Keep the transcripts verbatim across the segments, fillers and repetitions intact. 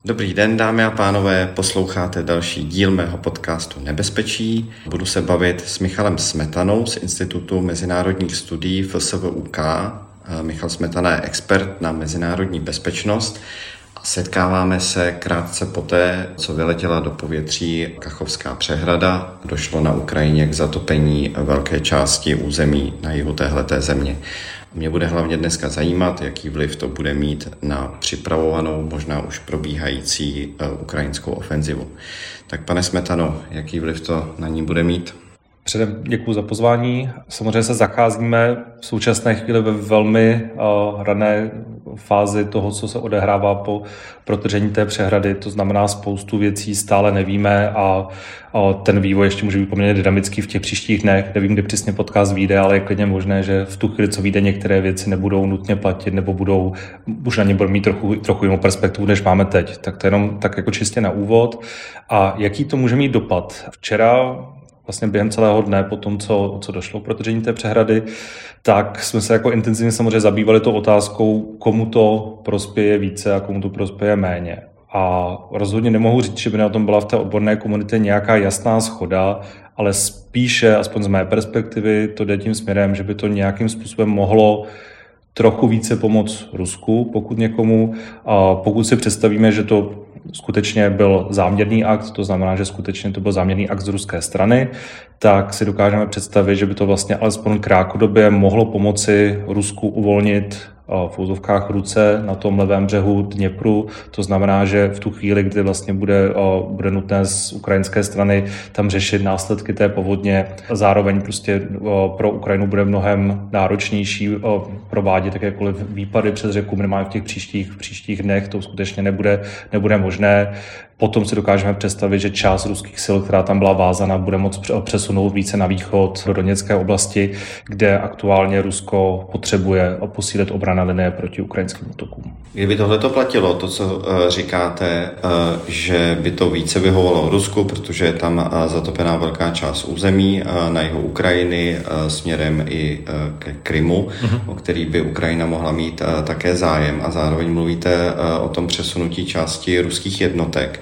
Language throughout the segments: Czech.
Dobrý den, dámy a pánové, posloucháte další díl mého podcastu Nebezpečí. Budu se bavit s Michalem Smetanou z Institutu mezinárodních studií F S V U K. Michal Smetana je expert na mezinárodní bezpečnost a setkáváme se krátce poté, co vyletěla do povětří Kachovská přehrada. Došlo na Ukrajině k zatopení velké části území na jihu téhleté země. Mě bude hlavně dneska zajímat, jaký vliv to bude mít na připravovanou, možná už probíhající ukrajinskou ofenzivu. Tak pane Smetano, jaký vliv to na ní bude mít? Předem děkuji za pozvání. Samozřejmě se zacházíme v současné chvíli ve velmi uh, rané fázi toho, co se odehrává po protržení té přehrady. To znamená, spoustu věcí stále nevíme a uh, ten vývoj ještě může být poměrně dynamický v těch příštích dnech. Nevím, kdy přesně podcast vyjde, ale je klidně možné, že v tu chvíli, co vyjde, některé věci nebudou nutně platit nebo budou, už na ně budou mít trochu, trochu jinou perspektivu, než máme teď. Tak to jenom tak jako čistě na úvod. A jaký to může mít dopad? Včera vlastně během celého dne po tom, co, co došlo k protržení té přehrady, tak jsme se jako intenzivně samozřejmě zabývali tou otázkou, komu to prospěje více a komu to prospěje méně. A rozhodně nemohu říct, že by na tom byla v té odborné komunitě nějaká jasná shoda, ale spíše, aspoň z mé perspektivy, to jde tím směrem, že by to nějakým způsobem mohlo trochu více pomoct Rusku, pokud někomu. A pokud si představíme, že to skutečně byl záměrný akt, to znamená, že skutečně to byl záměrný akt z ruské strany, tak si dokážeme představit, že by to vlastně alespoň krátkodobě mohlo pomoci Rusku uvolnit v úzovkách ruce na tom levém břehu Dněpru. To znamená, že v tu chvíli, kdy vlastně bude, bude nutné z ukrajinské strany tam řešit následky té povodně, zároveň prostě pro Ukrajinu bude mnohem náročnější provádět jakékoliv výpady přes řeku, minimálně v těch příštích, v příštích dnech, to skutečně nebude, nebude možné. Potom si dokážeme představit, že část ruských sil, která tam byla vázaná, bude moct přesunout více na východ do Doněcké oblasti, kde aktuálně Rusko potřebuje posílit obranné linie proti ukrajinským útokům. Kdyby tohleto platilo, to, co uh, říkáte, uh, že by to více vyhovovalo Rusku, protože je tam uh, zatopená velká část území uh, na jihu Ukrajiny uh, směrem i uh, ke Krymu, uh-huh. o který by Ukrajina mohla mít uh, také zájem, a zároveň mluvíte uh, o tom přesunutí části ruských jednotek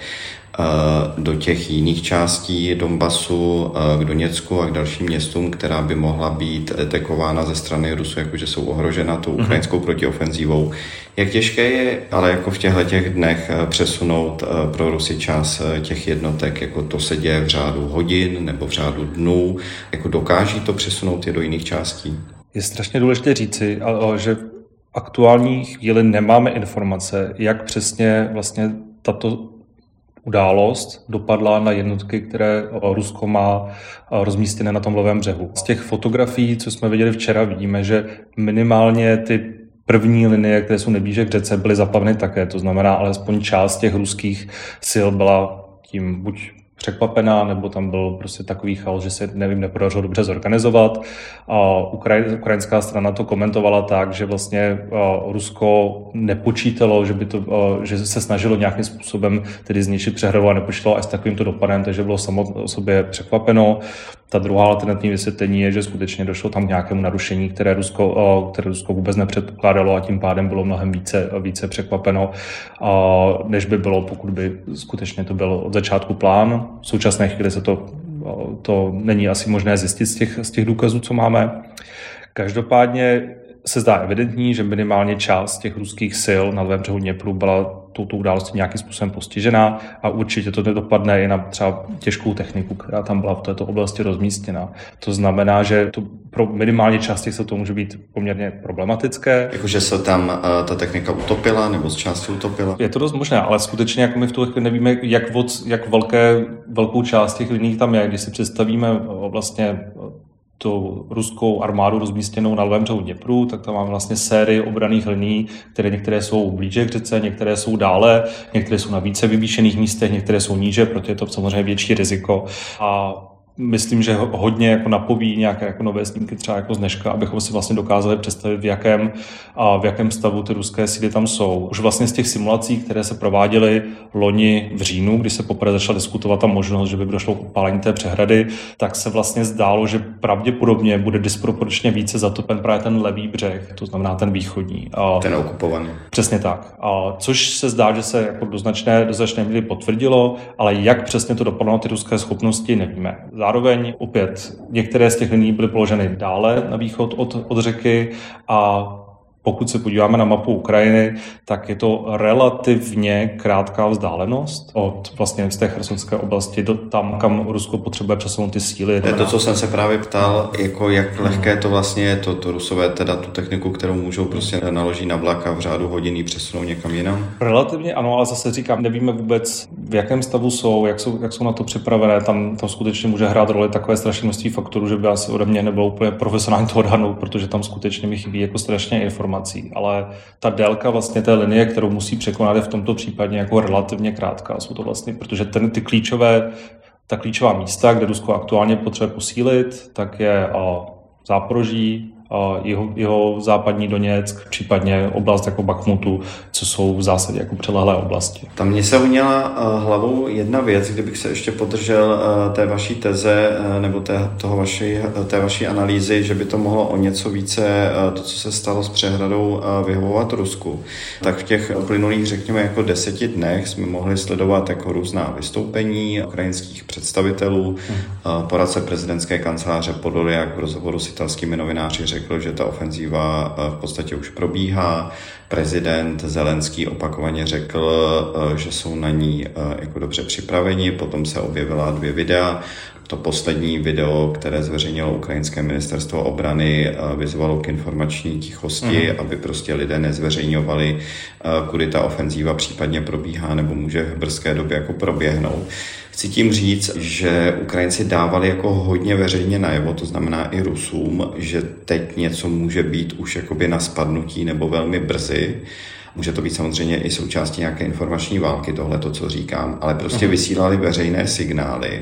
do těch jiných částí Donbasu, k Doněcku a k dalším městům, která by mohla být detekována ze strany Rusů, jakože jsou ohrožena tou ukrajinskou protiofenzívou. Jak těžké je ale jako v těchto těch dnech přesunout pro Rusy část těch jednotek, jako to se děje v řádu hodin nebo v řádu dnů, jako dokáží to přesunout je do jiných částí? Je strašně důležité říci, že v aktuální chvíli nemáme informace, jak přesně vlastně tato událost dopadla na jednotky, které Rusko má rozmístěné na tom levém břehu. Z těch fotografií, co jsme viděli včera, vidíme, že minimálně ty první linie, které jsou nejblíže k řece, byly zaplaveny také. To znamená, alespoň část těch ruských sil byla tím buď překvapená, nebo tam byl prostě takový chaos, že se, nevím, nepodařilo dobře zorganizovat. A Ukraj, ukrajinská strana to komentovala tak, že vlastně uh, Rusko nepočítalo, že by to, uh, že se snažilo nějakým způsobem tedy zničit přehradu a nepočítalo až s takovýmto dopadem, takže bylo samo o sobě překvapeno. Ta druhá alternativní vysvětlení je, že skutečně došlo tam k nějakému narušení, které Rusko, uh, které Rusko vůbec nepředpokládalo, a tím pádem bylo mnohem více, více překvapeno, uh, než by bylo, pokud by skutečně to byl od začátku plán. V současné chvíli se to, to není asi možné zjistit z těch, z těch důkazů, co máme. Každopádně se zdá evidentní, že minimálně část těch ruských sil na levém břehu Dněpru byla touto událostí nějakým způsobem postižená, a určitě to nedopadne i na třeba těžkou techniku, která tam byla v této oblasti rozmístěna. To znamená, že to pro minimálně část těch se to může být poměrně problematické. Jakože se tam uh, ta technika utopila nebo z části utopila? Je to dost možné, ale skutečně jako my v tu chvíli nevíme, jak, od, jak velké, velkou část těch liní tam je. Když si představíme vlastně tu ruskou armádu rozmístěnou na levém břehu Dněpru, tak tam máme vlastně sérii obranných linií, které některé jsou blíže k řece, některé jsou dále, některé jsou na více vyvýšených místech, některé jsou níže, proto je to samozřejmě větší riziko. A myslím, že hodně jako napoví nějaké jako nové snímky třeba jako z dneška, abychom si vlastně dokázali představit, v jakém, a v jakém stavu ty ruské síly tam jsou. Už vlastně z těch simulací, které se prováděly loni v říjnu, kdy se poprvé začala diskutovat ta možnost, že by došlo k upálení té přehrady, tak se vlastně zdálo, že pravděpodobně bude disproporčně více zatopen právě ten levý břeh, to znamená ten východní. A ten okupovaný. Přesně tak. A což se zdá, že se jako do značné, do značné míry potvrdilo, ale jak přesně to dopadlo na ty ruské schopnosti, nevíme. Zároveň opět některé z těch liní byly položeny dále na východ od, od řeky a pokud se podíváme na mapu Ukrajiny, tak je to relativně krátká vzdálenost od vlastně z té chersonské oblasti do tam, kam Rusko potřebuje přesunout ty síly. To je to, co jsem se právě ptal, jako jak lehké to vlastně je to, to Rusové teda tu techniku, kterou můžou prostě naložit na vlak a v řádu hodiny přesunou někam jinam? Relativně ano, ale zase říkám, nevíme vůbec, v jakém stavu jsou, jak jsou, jak jsou na to připravené. Tam, tam skutečně může hrát roli takové strašné množství faktorů, že by asi ode mě nebylo úplně profesionálně to odhadnout, protože tam skutečně mi chybí jako strašně informací. Ale ta délka vlastně té linie, kterou musí překonat, je v tomto případě jako relativně krátká. Jsou to vlastně, protože ten, ty klíčové, ta klíčová místa, kde Rusko aktuálně potřebuje posílit, tak je a, Záporoží, jeho, jeho západní Doněck, případně oblast jako Bachmutu, co jsou v zásadě jako přilehlé oblasti. Tam mě se uměla hlavou jedna věc, kdybych se ještě podržel té vaší teze nebo té, toho vaší, té vaší analýzy, že by to mohlo o něco více to, co se stalo s přehradou, vyhovovat Rusku. Tak v těch uplynulých, řekněme, jako deseti dnech jsme mohli sledovat jako různá vystoupení ukrajinských představitelů. Hmm. Poradce prezidentské kanceláře Podolyak v rozhovoru s italskými novináři řekl, že ta ofenzíva v podstatě už probíhá. Prezident Zelenský opakovaně řekl, že jsou na ní jako dobře připraveni. Potom se objevila dvě videa. To poslední video, které zveřejnilo ukrajinské ministerstvo obrany, vyzvalo k informační tichosti, mm. aby prostě lidé nezveřejňovali, kudy ta ofenzíva případně probíhá nebo může v brzké době jako proběhnout. Chci tím říct, že Ukrajinci dávali jako hodně veřejně najevo, to znamená i Rusům, že teď něco může být už jakoby na spadnutí nebo velmi brzy. Může to být samozřejmě i součástí nějaké informační války, tohle to, co říkám, ale prostě mm. vysílali veřejné signály.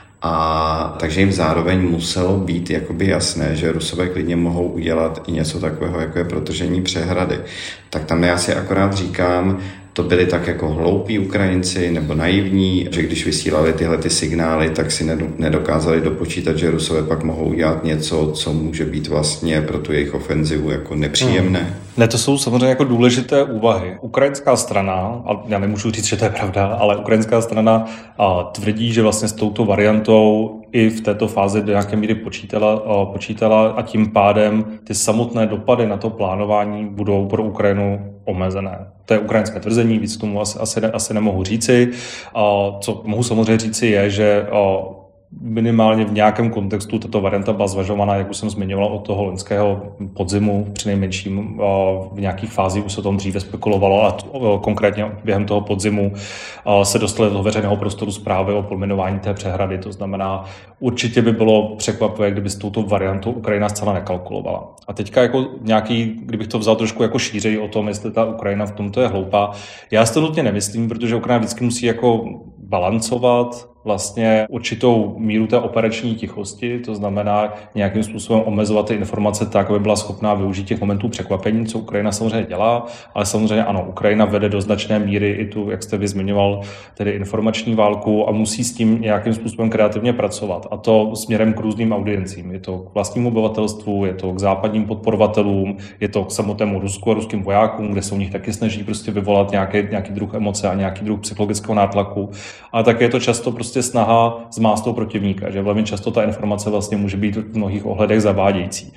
A takže jim zároveň muselo být jakoby jasné, že Rusové klidně mohou udělat i něco takového, jako je protržení přehrady. Tak tam já si akorát říkám, to byli tak jako hloupí Ukrajinci nebo naivní, že když vysílali tyhle ty signály, tak si nedokázali dopočítat, že Rusové pak mohou udělat něco, co může být vlastně pro tu jejich ofenzivu jako nepříjemné. Hmm. Ne, to jsou samozřejmě jako důležité úvahy. Ukrajinská strana, a já nemůžu říct, že to je pravda, ale ukrajinská strana a, tvrdí, že vlastně s touto variantou i v této fázi do nějaké míry počítala, a, počítala a tím pádem ty samotné dopady na to plánování budou pro Ukrajinu omezené. To je ukrajinské tvrzení, víc tomu asi, asi, asi nemohu říci. A, co mohu samozřejmě říci je, že a, minimálně v nějakém kontextu tato varianta byla zvažována, jak už jsem zmiňoval, od toho loňského podzimu, přinejmenším v nějakých fázích už se o tom dříve spekulovalo, a konkrétně během toho podzimu se dostaly do veřejného prostoru zprávy o podminování té přehrady. To znamená, určitě by bylo překvapivé, kdyby s touto variantou Ukrajina zcela nekalkulovala. A teďka jako nějaký, kdybych to vzal trošku jako šířeji o tom, jestli ta Ukrajina v tomto je hloupá, já si to nutně nemyslím, protože Ukrajina vždycky musí jako balancovat vlastně určitou míru té operační tichosti, to znamená nějakým způsobem omezovat ty informace tak, aby byla schopná využít těch momentů překvapení, co Ukrajina samozřejmě dělá, ale samozřejmě ano, Ukrajina vede do značné míry i tu, jak jste vy zmiňoval, tedy informační válku a musí s tím nějakým způsobem kreativně pracovat. A to směrem k různým audiencím. Je to k vlastnímu obyvatelstvu, je to k západním podporovatelům, je to k samotnému Rusku a ruským vojákům, kde se u nich taky snaží prostě vyvolat nějaký, nějaký druh emoce a nějaký druh psychologického nátlaku. Ale také je to často prostě snaha zmást toho protivníka, že velmi často ta informace vlastně může být v mnohých ohledech zavádějící.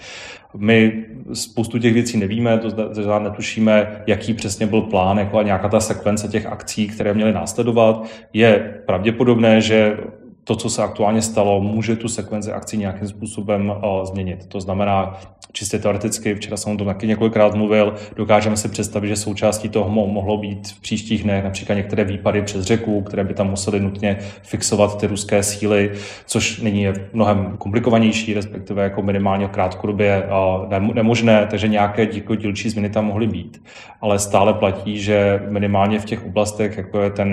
My spoustu těch věcí nevíme, to znamená netušíme, jaký přesně byl plán, jako a nějaká ta sekvence těch akcí, které měly následovat. Je pravděpodobné, že to, co se aktuálně stalo, může tu sekvenci akcí nějakým způsobem uh, změnit. To znamená, čistě teoreticky, včera jsem o tom taky několikrát mluvil, dokážeme si představit, že součástí toho mohlo být v příštích dnech například některé výpady přes řeku, které by tam musely nutně fixovat ty ruské síly, což není mnohem komplikovanější, respektive jako minimálně v krátkodobě uh, nemožné, takže nějaké dílčí změny tam mohly být. Ale stále platí, že minimálně v těch oblastech, jako je ten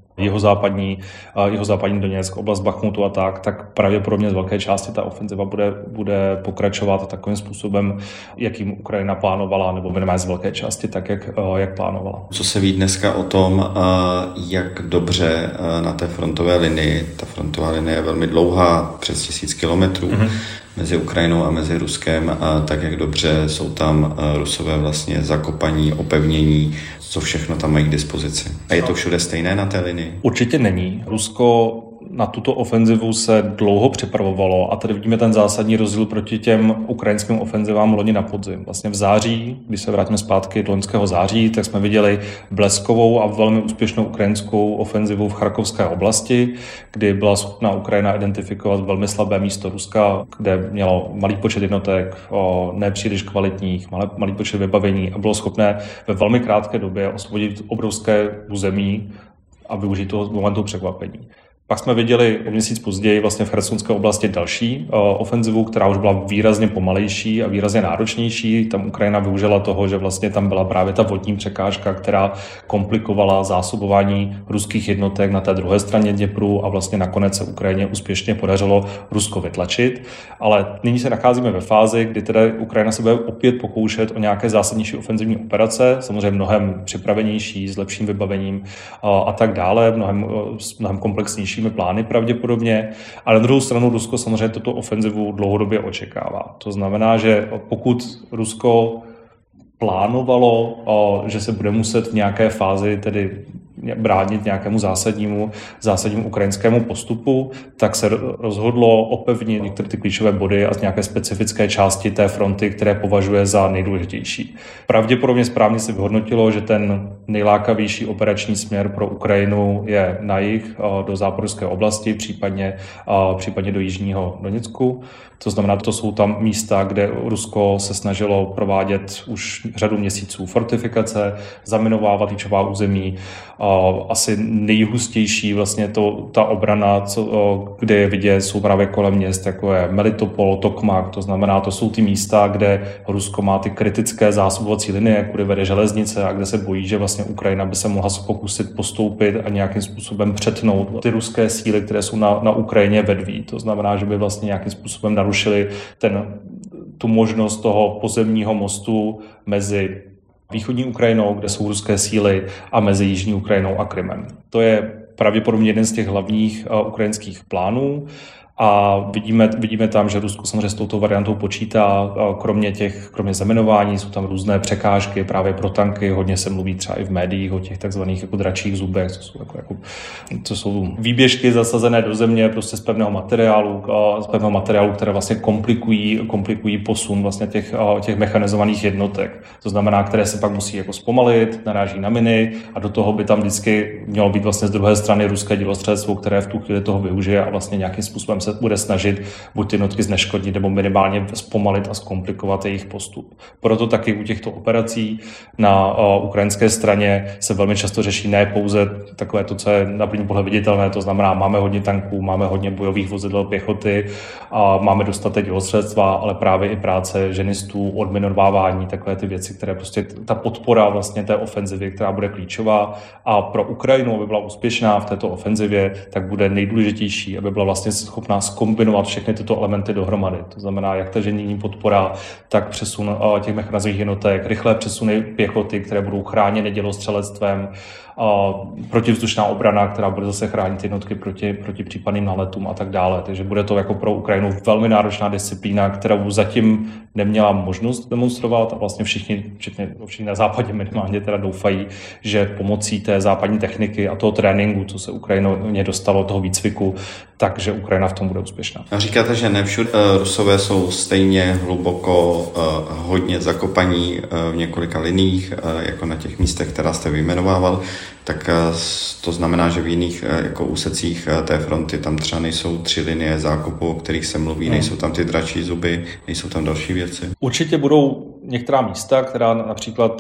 jihozápadní, jihozápadní Doněck, oblast Bachmutu a tak, tak pravděpodobně z velké části ta ofenziva bude, bude pokračovat takovým způsobem, jakým Ukrajina plánovala, nebo minimálně z velké části tak, jak, jak plánovala. Co se ví dneska o tom, jak dobře na té frontové linii, ta frontová linie je velmi dlouhá, přes tisíc kilometrů, mm-hmm. mezi Ukrajinou a mezi Ruskem, a tak jak dobře jsou tam Rusové vlastně zakopaní, opevnění, co všechno tam mají k dispozici. A je to všude stejné na té linii? Určitě není. Rusko na tuto ofenzivu se dlouho připravovalo a tady vidíme ten zásadní rozdíl proti těm ukrajinským ofenzivám loni na podzim. Vlastně v září, když se vrátíme zpátky do loňského září, tak jsme viděli bleskovou a velmi úspěšnou ukrajinskou ofenzivu v Charkovské oblasti, kdy byla schopná Ukrajina identifikovat velmi slabé místo Ruska, kde mělo malý počet jednotek, nepříliš kvalitních, malý počet vybavení a bylo schopné ve velmi krátké době osvobodit obrovské území a využít toho momentu překvapení. Pak jsme viděli o měsíc později vlastně v Chersonské oblasti další uh, ofenzivu, která už byla výrazně pomalejší a výrazně náročnější. Tam Ukrajina využila toho, že vlastně tam byla právě ta vodní překážka, která komplikovala zásobování ruských jednotek na té druhé straně Dněpru a vlastně nakonec se Ukrajině úspěšně podařilo Rusko vytlačit. Ale nyní se nacházíme ve fázi, kdy teda Ukrajina se bude opět pokoušet o nějaké zásadnější ofenzivní operace, samozřejmě mnohem připravenější, s lepším vybavením uh, a tak dále, mnohem, uh, mnohem komplexnější plány pravděpodobně, ale na druhou stranu Rusko samozřejmě tuto ofenzivu dlouhodobě očekává. To znamená, že pokud Rusko plánovalo, že se bude muset v nějaké fázi tedy bránit nějakému zásadnímu, zásadnímu ukrajinskému postupu, tak se rozhodlo opevnit některé ty klíčové body a z nějaké specifické části té fronty, které považuje za nejdůležitější. Pravděpodobně správně se vyhodnotilo, že ten nejlákavější operační směr pro Ukrajinu je na jih do záporožské oblasti, případně, případně do jižního Doněcku. To znamená, to jsou tam místa, kde Rusko se snažilo provádět už řadu měsíců fortifikace, zaminovávat klíčová území. Asi nejhustější vlastně to, ta obrana, co, kde je vidět, jsou právě kolem měst, jako je Melitopol, Tokmak, to znamená, to jsou ty místa, kde Rusko má ty kritické zásobovací linie, kudy vede železnice a kde se bojí, že vlastně Ukrajina by se mohla pokusit postoupit a nějakým způsobem přetnout ty ruské síly, které jsou na, na Ukrajině vedví. To znamená, že by vlastně nějakým způsobem narušili ten, tu možnost toho pozemního mostu mezi východní Ukrajinou, kde jsou ruské síly, a mezi jižní Ukrajinou a Krymem. To je pravděpodobně jeden z těch hlavních uh, ukrajinských plánů. A vidíme, vidíme tam, že Rusko samozřejmě s touto variantou počítá, kromě těch, kromě zaminování, jsou tam různé překážky právě pro tanky, hodně se mluví třeba i v médiích o těch takzvaných jako dračích zubech, co jsou, jako, jako, co jsou výběžky zasazené do země prostě z pevného materiálu, z pevného materiálu, které vlastně komplikují, komplikují posun vlastně těch, těch mechanizovaných jednotek. To znamená, které se pak musí jako zpomalit, naráží na miny a do toho by tam vždycky mělo být vlastně z druhé strany ruské dělostřelectvo, které v tu chvíli toho využije a vlastně nějakým způsobem se bude snažit buď ty jednotky zneškodnit nebo minimálně zpomalit a zkomplikovat jejich postup. Proto taky u těchto operací na uh, ukrajinské straně se velmi často řeší ne pouze takové to, co je na první pohled viditelné, to znamená, máme hodně tanků, máme hodně bojových vozidel pěchoty, a máme dostatek dělostřelectva, ale právě i práce ženistů, odminovávání, takové ty věci, které prostě ta podpora vlastně té ofenzivy, která bude klíčová a pro Ukrajinu, aby byla úspěšná v této ofenzivě, tak bude nejdůležitější, aby byla vlastně schopná zkombinovat všechny tyto elementy dohromady. To znamená, jak ta ženitní podpora, tak přesun těch mechanizovaných jednotek, rychlé přesuny pěchoty, které budou chráněny dělostřelectvem, protivzdušná obrana, která bude zase chránit jednotky proti, proti případným náletům a tak dále. Takže bude to jako pro Ukrajinu velmi náročná disciplína, kterou zatím neměla možnost demonstrovat a vlastně všichni, všichni, všichni na západě minimálně teda doufají, že pomocí té západní techniky a toho tréninku, co se Ukrajině dostalo, toho výcviku, takže Ukrajina v tom bude úspěšná. A říkáte, že ne všude Rusové jsou stejně hluboko hodně zakopaní v několika liních, jako na těch místech, která jste vyjmenovával, tak to znamená, že v jiných jako úsecích té fronty tam třeba nejsou tři linie zákopu, o kterých se mluví, hmm. nejsou tam ty dračí zuby, nejsou tam další věci. Určitě budou některá místa, která například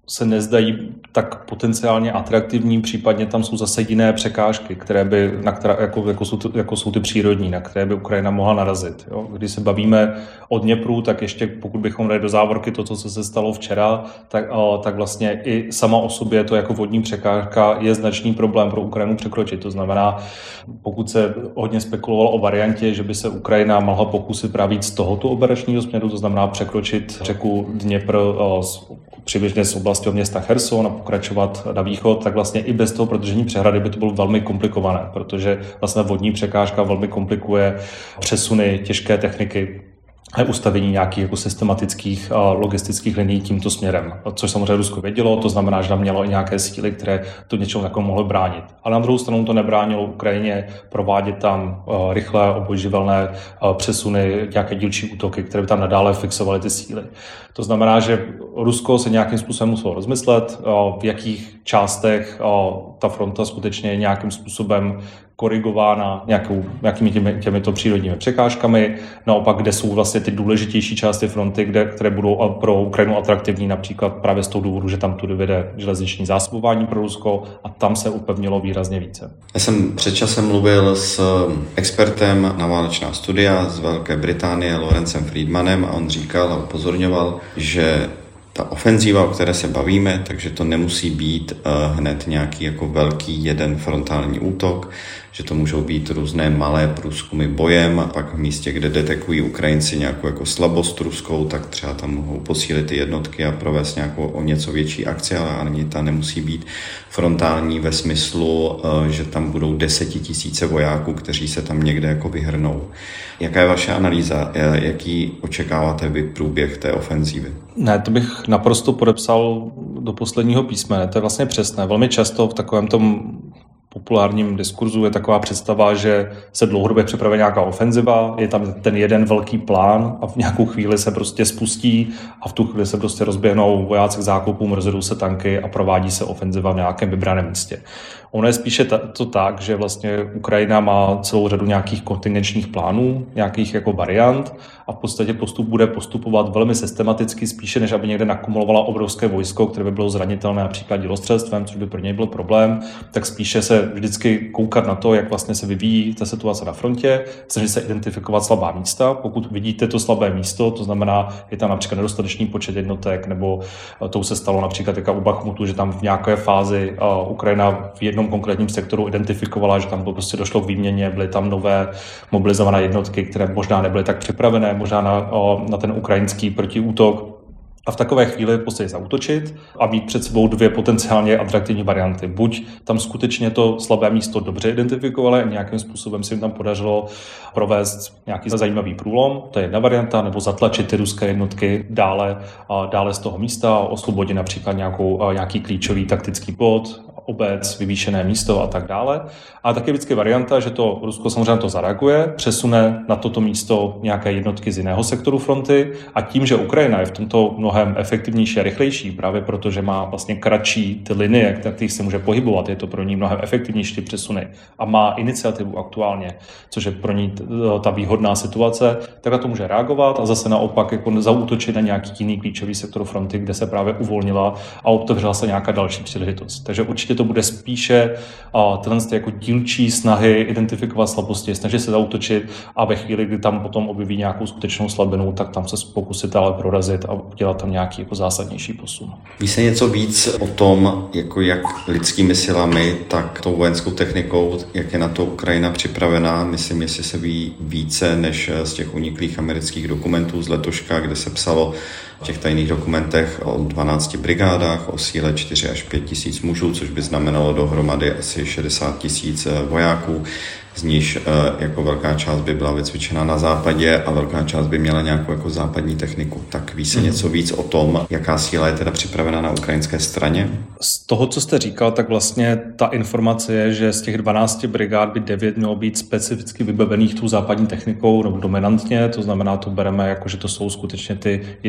se nezdají tak potenciálně atraktivní, případně tam jsou zase jiné překážky, které by, na které, jako, jako, jsou, jako jsou ty přírodní, na které by Ukrajina mohla narazit. Jo? Když se bavíme o Dněpru, tak ještě pokud bychom dali do závorky to, co se stalo včera, tak, tak vlastně i sama o sobě to jako vodní překážka je značný problém pro Ukrajinu překročit. To znamená, pokud se hodně spekulovalo o variantě, že by se Ukrajina mohla pokusit právě z tohoto operačního směru, to znamená překročit řeku Dněpr přibližně z oblasti města Cherson a pokračovat na východ, tak vlastně i bez toho prodržení přehrady by to bylo velmi komplikované, protože vlastně vodní překážka velmi komplikuje přesuny těžké techniky a ustavení nějakých jako systematických a logistických linií tímto směrem, což samozřejmě Rusko vědělo, to znamená, že tam mělo i nějaké síly, které to něčemu takovému mohly bránit. Ale na druhou stranu to nebránilo Ukrajině provádět tam rychlé obojživelné přesuny, nějaké dílčí útoky, které by tam nadále fixovaly ty síly. To znamená, že Rusko se nějakým způsobem muselo rozmyslet, v jakých částech ta fronta skutečně je nějakým způsobem korigována nějakou, nějakými těmi, těmito přírodními překážkami. Naopak, kde jsou vlastně ty důležitější části fronty, kde, které budou pro Ukrajinu atraktivní, například právě z toho důvodu, že tam tudy vede železniční zásobování pro Rusko a tam se upevnilo výrazně více. Já jsem před časem mluvil s expertem na válečná studia z Velké Británie, Lorencem Friedmanem, a on říkal a upozorňoval, že ta ofenzíva, o které se bavíme, takže to nemusí být uh, hned nějaký jako velký jeden frontální útok, že to můžou být různé malé průzkumy bojem a pak v místě, kde detekují Ukrajinci nějakou jako slabost ruskou, tak třeba tam mohou posílit ty jednotky a provést nějakou o něco větší akci, ale ani ta nemusí být frontální ve smyslu, uh, že tam budou desetitisíce vojáků, kteří se tam někde jako vyhrnou. Jaká je vaše analýza? Jaký očekáváte vy průběh té ofenzívy? Ne, to bych naprosto podepsal do posledního písmene. To je vlastně přesné. Velmi často v takovém tom populárním diskurzu je taková představa, že se dlouhodobě připravuje nějaká ofenziva, je tam ten jeden velký plán a v nějakou chvíli se prostě spustí a v tu chvíli se prostě rozběhnou vojáci k zákopům, rozjedou se tanky a provádí se ofenziva v nějakém vybraném místě. Ono je spíše to tak, že vlastně Ukrajina má celou řadu nějakých kontingenčních plánů, nějakých jako variant a v podstatě postup bude postupovat velmi systematicky, spíše než aby někde nakumulovala obrovské vojsko, které by bylo zranitelné například dělostřelstvem, což by pro něj byl problém, tak spíše se vždycky koukat na to, jak vlastně se vyvíjí ta situace na frontě, snažit se identifikovat slabá místa. Pokud vidíte to slabé místo, to znamená, je tam například nedostatečný počet jednotek, nebo to se stalo například u Bachmutu, že tam v nějaké fázi Ukrajina v jednom konkrétním sektoru identifikovala, že tam prostě došlo k výměně, byly tam nové mobilizované jednotky, které možná nebyly tak připravené, možná na, na ten ukrajinský protiútok. A v takové chvíli v podstatě zaútočit a mít před sebou dvě potenciálně atraktivní varianty. Buď tam skutečně to slabé místo dobře identifikovali a nějakým způsobem se jim tam podařilo provést nějaký zajímavý průlom, to je jedna varianta, nebo zatlačit ty ruské jednotky dále, dále z toho místa, osvobodit například nějakou, nějaký klíčový taktický bod, obec, vyvýšené místo a tak dále. A taky vždycky varianta, že to Rusko samozřejmě to zareaguje, přesune na toto místo nějaké jednotky z jiného sektoru fronty a tím, že Ukrajina je v tomto mnohem efektivnější a rychlejší, právě protože má vlastně kratší ty linie, na kterých se může pohybovat, je to pro ní mnohem efektivnější přesuny a má iniciativu aktuálně, což je pro ní ta výhodná situace, tak na to může reagovat a zase naopak jako zaútočit na nějaký jiný klíčový sektor fronty, kde se právě uvolnila a otevřela se nějaká další příležitost. Takže určitě to bude spíše uh, tyhle jako dílčí snahy identifikovat slabosti, snažit se zaútočit a ve chvíli, kdy tam potom objeví nějakou skutečnou slabinu, tak tam se pokusit ale prorazit a udělat tam nějaký jako zásadnější posun. Ví se něco víc o tom, jako jak lidskými silami, tak tou vojenskou technikou, jak je na to Ukrajina připravená? Myslím, jestli se ví více než z těch uniklých amerických dokumentů z letoška, kde se psalo v těch tajných dokumentech o dvanácti brigádách, o síle čtyři až pět tisíc mužů, což by znamenalo dohromady asi šedesát tisíc vojáků, z níž jako velká část by byla vycvičena na západě a velká část by měla nějakou jako západní techniku. Tak ví se hmm. něco víc o tom, jaká síla je teda připravena na ukrajinské straně? Z toho, co jste říkal, tak vlastně ta informace je, že z těch dvanácti brigád by devět mělo být specificky vybavených tou západní technikou, nebo dominantně, to znamená, to bereme jako, že to jsou skutečně ty jednotky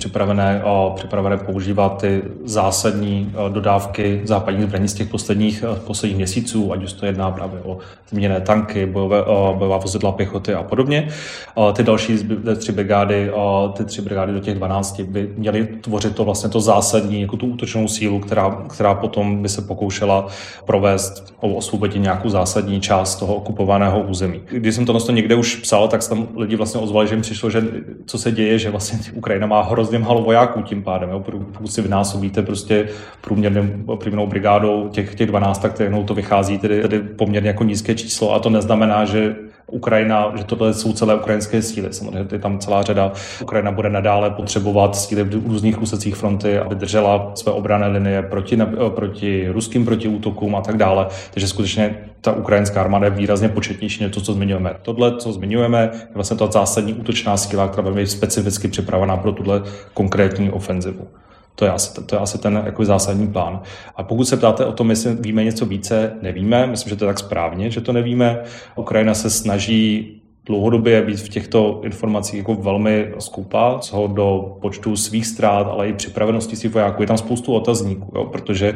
připravené, připravené používat ty zásadní dodávky západních zbraní z těch posledních, posledních měsíců, ať už to jedná právě o zmíněné tanky, bojové, bojová vozidla pěchoty a podobně. Ty další tři brigády, ty tři brigády do těch dvanácti by měly tvořit to vlastně to zásadní, jako tu útočnou sílu, která, která potom by se pokoušela provést o osvobodit nějakou zásadní část toho okupovaného území. Když jsem to někde už psal, tak se tam lidi vlastně ozvali, že jim přišlo, že co se děje, že vlastně Ukrajina má hrozně málo vojáků tím pádem. Jo? Pokud si vynásobíte prostě průměrnou brigádou těch, těch dvanáct, tak to vychází tedy, tedy poměrně jako nízké číslo a to neznamená, že Ukrajina, že tohle jsou celé ukrajinské síly. Samozřejmě je tam celá řada. Ukrajina bude nadále potřebovat síly v různých úsecích fronty, aby držela své obranné linie proti, proti ruským protiútokům a tak dále. Takže skutečně ta ukrajinská armáda je výrazně početnější než to, co zmiňujeme. Tohle, co zmiňujeme, je vlastně ta zásadní útočná síla, která by byla specificky připravená pro tuhle konkrétní ofenzivu. To je asi, to je asi ten jako zásadní plán. A pokud se ptáte o tom, jestli víme něco více, nevíme. Myslím, že to je tak správně, že to nevíme. Ukrajina se snaží dlouhodobě být v těchto informacích jako velmi skoupá, co do počtu svých ztrát, ale i připravenosti svých vojáků. Je tam spoustu otazníků, jo, protože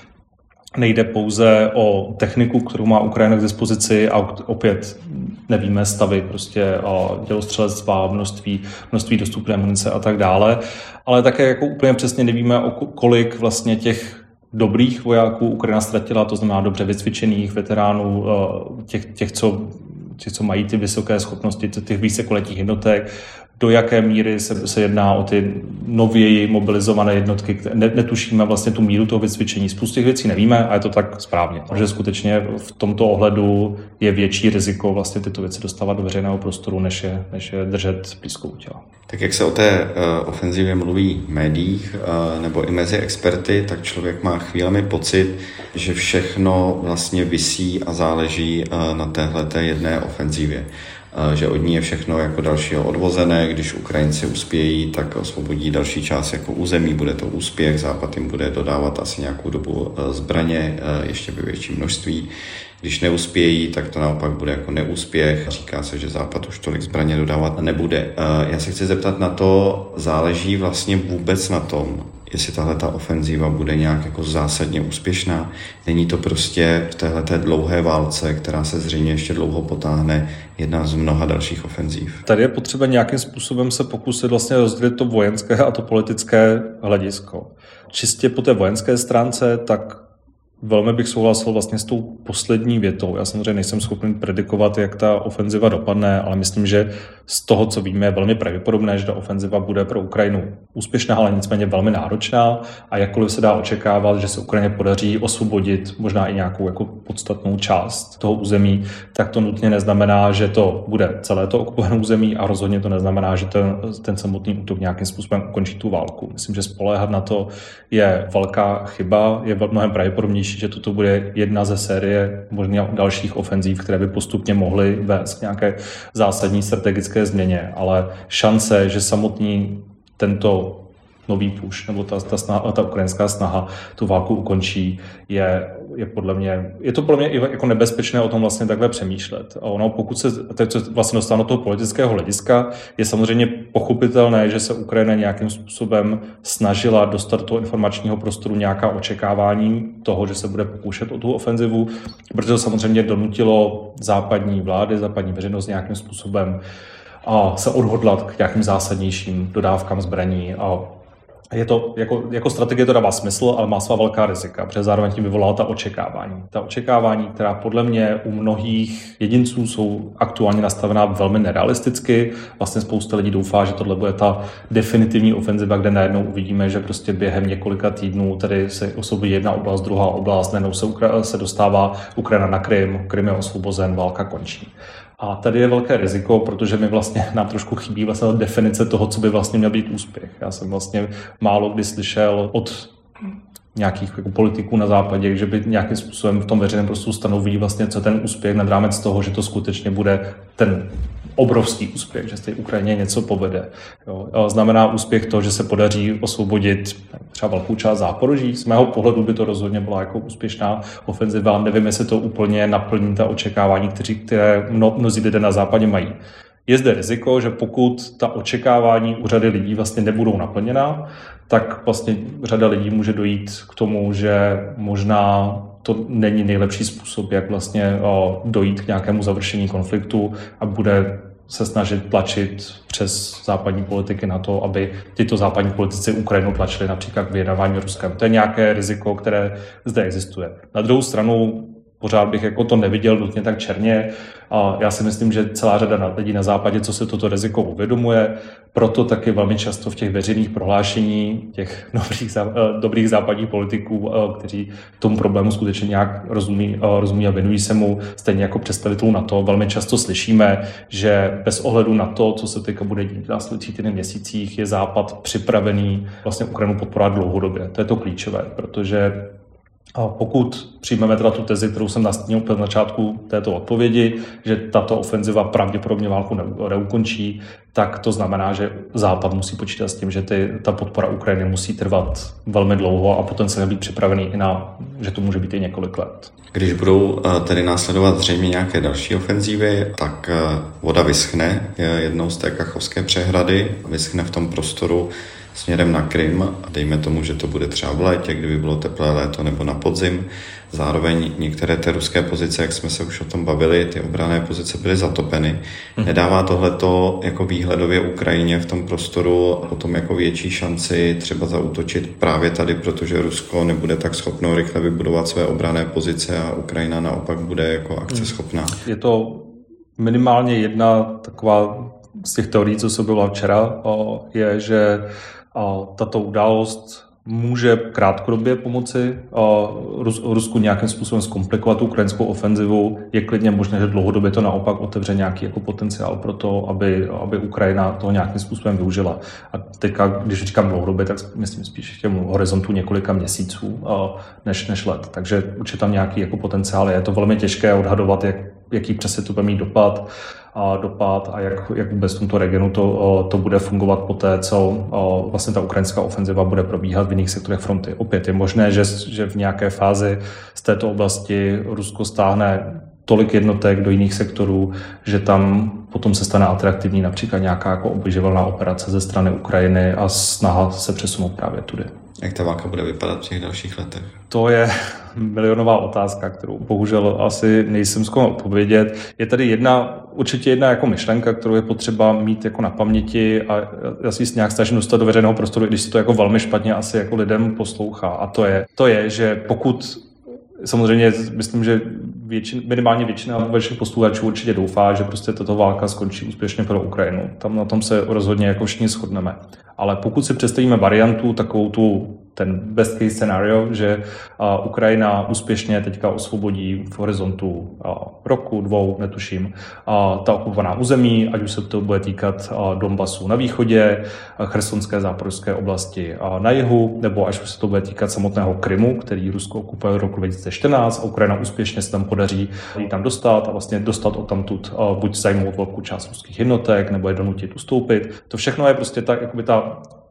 nejde pouze o techniku, kterou má Ukrajina k dispozici a opět nevíme stavy prostě dělostřelectva, množství, množství dostupné munice a tak dále, ale také jako úplně přesně nevíme, o kolik vlastně těch dobrých vojáků Ukrajina ztratila, to znamená dobře vycvičených veteránů, těch, těch, co, těch co mají ty vysoké schopnosti, těch vícekoletých jednotek, do jaké míry se, se jedná o ty nověji mobilizované jednotky. Netušíme vlastně tu míru toho vycvičení. Spoustu těch věcí nevíme a je to tak správně. Takže skutečně v tomto ohledu je větší riziko vlastně tyto věci dostávat do veřejného prostoru, než je, než je držet blízko u těla. Tak jak se o té uh, ofenzivě mluví v médiích uh, nebo i mezi experty, tak člověk má chvílemi pocit, že všechno vlastně visí a záleží uh, na téhleté jedné ofenzivě. Že od ní je všechno jako dalšího odvozené, když Ukrajinci uspějí, tak osvobodí další část jako území, bude to úspěch, Západ jim bude dodávat asi nějakou dobu zbraně, ještě ve větším množství. Když neuspějí, tak to naopak bude jako neúspěch. Říká se, že Západ už tolik zbraně dodávat nebude. Já se chci zeptat na to, záleží vlastně vůbec na tom, jestli tahle ta ofenzíva bude nějak jako zásadně úspěšná. Není to prostě v téhleté dlouhé válce, která se zřejmě ještě dlouho potáhne, jedna z mnoha dalších ofenzív. Tady je potřeba nějakým způsobem se pokusit vlastně rozdělit to vojenské a to politické hledisko. Čistě po té vojenské stránce, tak velmi bych souhlasil vlastně s tou poslední větou. Já samozřejmě nejsem schopný predikovat, jak ta ofenziva dopadne, ale myslím, že z toho, co víme, je velmi pravděpodobné, že ta ofenziva bude pro Ukrajinu úspěšná, ale nicméně velmi náročná a jakkoliv se dá očekávat, že se Ukrajině podaří osvobodit možná i nějakou jako podstatnou část toho území, tak to nutně neznamená, že to bude celé to okupované území a rozhodně to neznamená, že ten, ten samotný útok nějakým způsobem ukončí tu válku. Myslím, že spoléhat na to je velká chyba, je mnohem pravděpodobnější, že toto bude jedna ze série možná dalších ofenzív, které by postupně mohly vést k nějaké zásadní strategické změně, ale šance, že samotný tento nový push nebo ta, ta, snaha, ta ukrajinská snaha tu válku ukončí, je, je podle mě, je to podle mě i jako nebezpečné o tom vlastně takhle přemýšlet. A ono, pokud se teď vlastně dostane do toho politického hlediska, je samozřejmě pochopitelné, že se Ukrajina nějakým způsobem snažila dostat do toho informačního prostoru nějaká očekávání toho, že se bude pokoušet o tu ofenzivu, protože to samozřejmě donutilo západní vlády, západní veřejnost nějakým způsobem a se odhodlat k nějakým zásadnějším dodávkám zbraní. A je to, jako, jako strategie to dává smysl, ale má svá velká rizika, protože zároveň tím vyvolala ta očekávání. Ta očekávání, která podle mě u mnohých jedinců jsou aktuálně nastavená velmi nerealisticky. Vlastně spousta lidí doufá, že tohle bude ta definitivní ofenziva, kde najednou uvidíme, že prostě během několika týdnů tady se osvobodí jedna oblast, druhá oblast, najednou se, Ukra- se dostává Ukrajina na Krym, Krym je osvobozen, válka končí. A tady je velké riziko, protože mi vlastně nám trošku chybí vlastně definice toho, co by vlastně měl být úspěch. Já jsem vlastně málo kdy slyšel od nějakých jako politiků na západě, že by nějakým způsobem v tom veřejném prostoru stanoví vlastně, co ten úspěch nad rámec toho, že to skutečně bude ten obrovský úspěch, že z té Ukrajině něco povede. Jo. Znamená úspěch to, že se podaří osvobodit třeba velkou část Záporoží. Z mého pohledu by to rozhodně byla jako úspěšná ofenziva. Nevím, jestli to úplně naplní ta očekávání, kteří, které mno, mnozí lidé na západě mají. Je zde riziko, že pokud ta očekávání u řady lidí vlastně nebudou naplněna, tak vlastně řada lidí může dojít k tomu, že možná to není nejlepší způsob, jak vlastně dojít k nějakému završení konfliktu a bude se snažit tlačit přes západní politiky na to, aby tyto západní politici Ukrajinu tlačili například k vyjednávání Ruskem. To je nějaké riziko, které zde existuje. Na druhou stranu pořád bych jako to neviděl nutně tak černě. A já si myslím, že celá řada lidí na západě, co se toto riziko uvědomuje, proto taky velmi často v těch veřejných prohlášení těch dobrých, dobrých západních politiků, kteří tomu problému skutečně nějak rozumí, rozumí a věnují se mu, stejně jako představitelů NATO, velmi často slyšíme, že bez ohledu na to, co se teďka bude dít v následujících týdnech měsících, je Západ připravený vlastně Ukrajinu podporovat dlouhodobě. To je to klíčové, protože a pokud přijmeme teda tu tezi, kterou jsem nastínil úplně na začátku této odpovědi, že tato ofenziva pravděpodobně válku neukončí, tak to znamená, že Západ musí počítat s tím, že ty, ta podpora Ukrajiny musí trvat velmi dlouho a potenciálně být připravený i na, že to může být i několik let. Když budou tedy následovat zřejmě nějaké další ofenzívy, tak voda vyschne jednou z té Kachovské přehrady, vyschne v tom prostoru směrem na Krym. Dejme tomu, že to bude třeba v létě, kdyby bylo teplé léto, nebo na podzim. Zároveň některé ty ruské pozice, jak jsme se už o tom bavili, ty obranné pozice byly zatopeny. Nedává tohleto jako výhledově Ukrajině v tom prostoru potom jako větší šanci třeba zaútočit právě tady, protože Rusko nebude tak schopno rychle vybudovat své obranné pozice a Ukrajina naopak bude jako akceschopná? Je to minimálně jedna taková z těch teorií, co se byla včera, je, že tato událost může krátkodobě pomoci Rusku nějakým způsobem zkomplikovat tu ukrajinskou ofenzivu. Je klidně možné, že dlouhodobě to naopak otevře nějaký jako potenciál pro to, aby, aby Ukrajina toho nějakým způsobem využila. A teďka, když říkám dlouhodobě, tak myslím spíš v těm horizontu několika měsíců než, než let. Takže určitě tam nějaký jako potenciál je. Je to velmi těžké odhadovat, jak, jaký přesně to bude mít dopad. A dopad a jak, jak vůbec v tomto regionu to, to bude fungovat poté, co vlastně ta ukrajinská ofenziva bude probíhat v jiných sektorech fronty. Opět je možné, že, že v nějaké fázi z této oblasti Rusko stáhne tolik jednotek do jiných sektorů, že tam potom se stane atraktivní například nějaká jako obojživelná operace ze strany Ukrajiny a snaha se přesunout právě tudy. Jak ta válka bude vypadat v těch dalších letech? To je milionová otázka, kterou bohužel asi nejsem schopen odpovědět. Je tady jedna, určitě jedna jako myšlenka, kterou je potřeba mít jako na paměti a já si ji nějak snažím dostat do veřejného prostoru, když se to jako velmi špatně asi jako lidem poslouchá. A to je, to je, že pokud samozřejmě myslím, že většin, minimálně většina vašich posluchačů určitě doufá, že prostě tato válka skončí úspěšně pro Ukrajinu. Tam na tom se rozhodně jako všichni shodneme. Ale pokud si představíme variantu, takovou tu, ten best case scenario, že a, Ukrajina úspěšně teďka osvobodí v horizontu a, roku, dvou, netuším, a, ta okupovaná území, ať už se to bude týkat a, Donbasu na východě, a chersonské záporožské oblasti a, na jihu, nebo až už se to bude týkat samotného Krymu, který Rusko okupuje v roku dva tisíce čtrnáct a Ukrajina úspěšně se tam podaří ji tam dostat a vlastně dostat odtamtud a, buď zajmout velkou část ruských jednotek, nebo je donutit ustoupit. To všechno je prostě tak, jakoby ta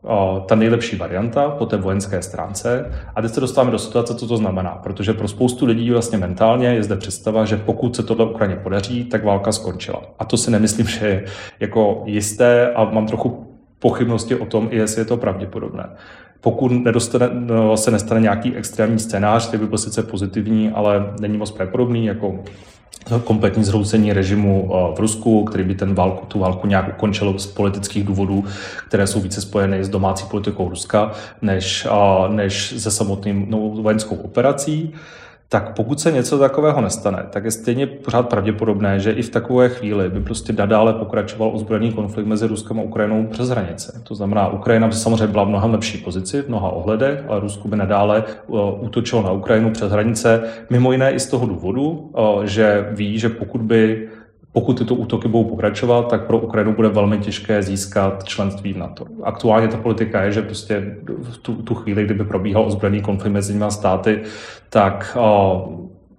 ta nejlepší varianta po té vojenské stránce. A teď se dostáváme do situace, co to znamená. Protože pro spoustu lidí vlastně mentálně je zde představa, že pokud se tohle Ukrajině podaří, tak válka skončila. A to si nemyslím, že je jako jisté a mám trochu pochybnosti o tom, jestli je to pravděpodobné. Pokud nedostane, no, se nestane nějaký extrémní scénář, který by byl sice pozitivní, ale není moc pravděpodobný, jako kompletní zhroucení režimu v Rusku, který by ten válku, tu válku nějak ukončil z politických důvodů, které jsou více spojeny s domácí politikou Ruska, než, než se samotným no, vojenskou operací. Tak pokud se něco takového nestane, tak je stejně pořád pravděpodobné, že i v takové chvíli by prostě nadále pokračoval ozbrojený konflikt mezi Ruskem a Ukrajinou přes hranice. To znamená, Ukrajina by samozřejmě byla v mnohem lepší pozici, v mnoha ohledech, ale Rusko by nadále útočilo na Ukrajinu přes hranice, mimo jiné i z toho důvodu, že ví, že pokud by Pokud tyto útoky budou pokračovat, tak pro Ukrajinu bude velmi těžké získat členství v NATO. Aktuálně ta politika je, že prostě v tu, tu chvíli, kdyby probíhal ozbrojený konflikt mezi těmi státy, tak uh,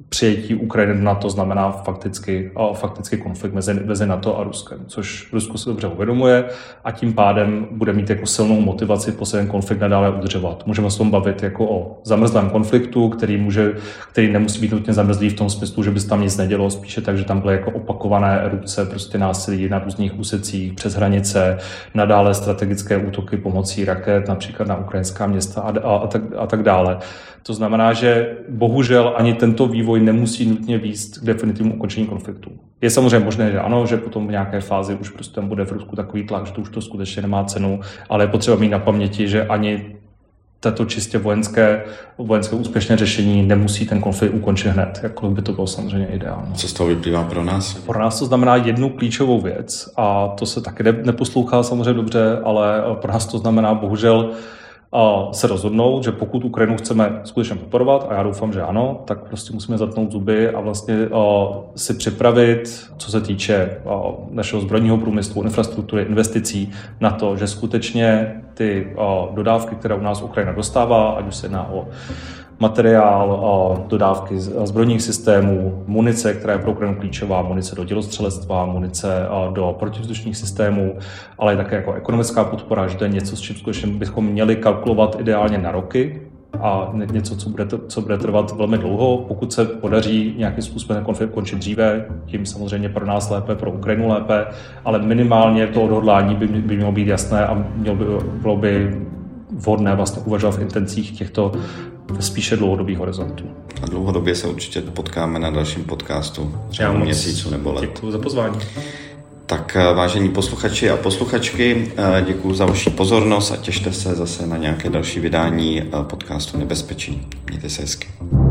přijetí Ukrajiny do NATO znamená fakticky, fakticky konflikt mezi, mezi NATO a Ruskem, což Rusko se dobře uvědomuje a tím pádem bude mít jako silnou motivaci ten konflikt nadále udržovat. Můžeme se tom bavit jako o zamrzlém konfliktu, který, může, který nemusí být nutně zamrzlý v tom smyslu, že by se tam nic nedělo, spíše tak, že tam byly jako opakované erupce, prostě násilí na různých úsecích přes hranice, nadále strategické útoky pomocí raket, například na ukrajinská města a, a, a, tak, a tak dále. To znamená, že bohužel ani tento vývoj nemusí nutně vést k definitivnímu ukončení konfliktu. Je samozřejmě možné, že ano, že potom v nějaké fázi už prostě tam bude v Rusku takový tlak, že to už to skutečně nemá cenu, ale je potřeba mít na paměti, že ani tato čistě vojenské, vojenské úspěšné řešení nemusí ten konflikt ukončit hned, jakkoliv by to bylo samozřejmě ideální. Co z toho vyplývá pro nás? Pro nás to znamená jednu klíčovou věc a to se taky neposlouchá samozřejmě dobře, ale pro nás to znamená bohužel se rozhodnout, že pokud Ukrajinu chceme skutečně podporovat, a já doufám, že ano, tak prostě musíme zatnout zuby a vlastně si připravit, co se týče našeho zbrojního průmyslu, infrastruktury, investicí na to, že skutečně ty dodávky, které u nás Ukrajina dostává, ať už se jedná o materiál, dodávky zbrojních systémů, munice, která je pro Ukrajinu klíčová, munice do dělostřelectva, munice do protivzdušných systémů, ale také jako ekonomická podpora, že to je něco, s čím skutečně bychom měli kalkulovat ideálně na roky a něco, co bude, co bude trvat velmi dlouho. Pokud se podaří nějakým způsobem konflikt končit dříve, tím samozřejmě pro nás lépe, pro Ukrajinu lépe, ale minimálně to odhodlání by, by mělo být jasné a mělo by, bylo by vhodné vlastně uvažovat v intencích těchto spíše dlouhodobých horizontů. A dlouhodobě se určitě potkáme na dalším podcastu, třeba měsíců nebo let. Děkuji za pozvání. Tak vážení posluchači a posluchačky, děkuji za vaši pozornost a těšte se zase na nějaké další vydání podcastu Nebezpečí. Mějte se hezky.